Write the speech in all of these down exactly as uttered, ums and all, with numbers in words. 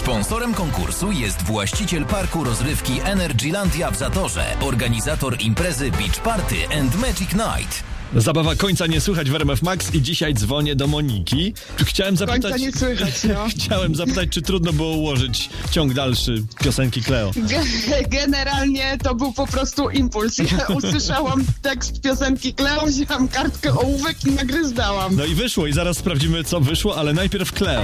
Sponsorem konkursu jest właściciel parku rozrywki Energylandia w Zatorze, organizator imprezy Beach Party and Magic Night. Zabawa końca nie słychać w R M F Max i dzisiaj dzwonię do Moniki. Chciałem zapytać... Końca nie słychać, no. Chciałem zapytać, czy trudno było ułożyć ciąg dalszy piosenki Cleo? Generalnie to był po prostu impuls. Ja usłyszałam tekst piosenki Cleo, wzięłam kartkę, ołówek i nagryzdałam. No i wyszło i zaraz sprawdzimy, co wyszło, ale najpierw Cleo.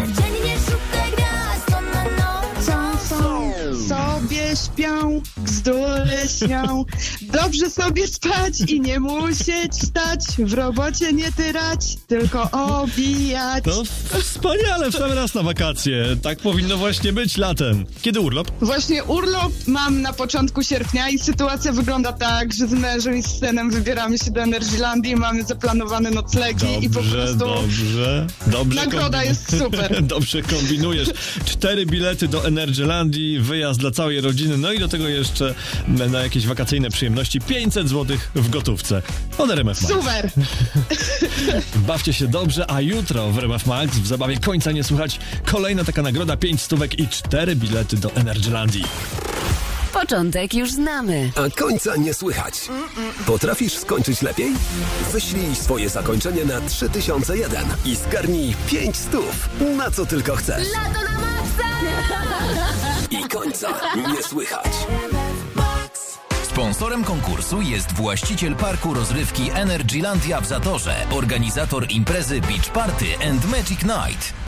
Sobie śpią, bzdury śnią, dobrze sobie spać i nie musieć wstać, w robocie nie tyrać, tylko obijać. No wspaniale, w sam raz na wakacje. Tak powinno właśnie być latem. Kiedy urlop? Właśnie urlop mam na początku sierpnia i sytuacja wygląda tak, że z mężem i z synem wybieramy się do Energylandii, mamy zaplanowane noclegi Dobrze, i po prostu dobrze, dobrze. nagroda kombi- jest super. Dobrze kombinujesz. Cztery bilety do Energylandii, wyjazd dla całej rodziny, no i do tego jeszcze na jakieś wakacyjne przyjemności pięćset złotych w gotówce. Od R M F Max. Super! Bawcie się dobrze, a jutro w R M F Max w zabawie końca nie słychać kolejna taka nagroda, pięć stówek i cztery bilety do Energylandii. Początek już znamy. A końca nie słychać. Potrafisz skończyć lepiej? Wyślij swoje zakończenie na trzy tysiące jeden i zgarnij pięć stów, na co tylko chcesz. Lato na maksa! I końca nie słychać. Sponsorem konkursu jest właściciel parku rozrywki Energylandia w Zatorze, organizator imprezy Beach Party and Magic Night.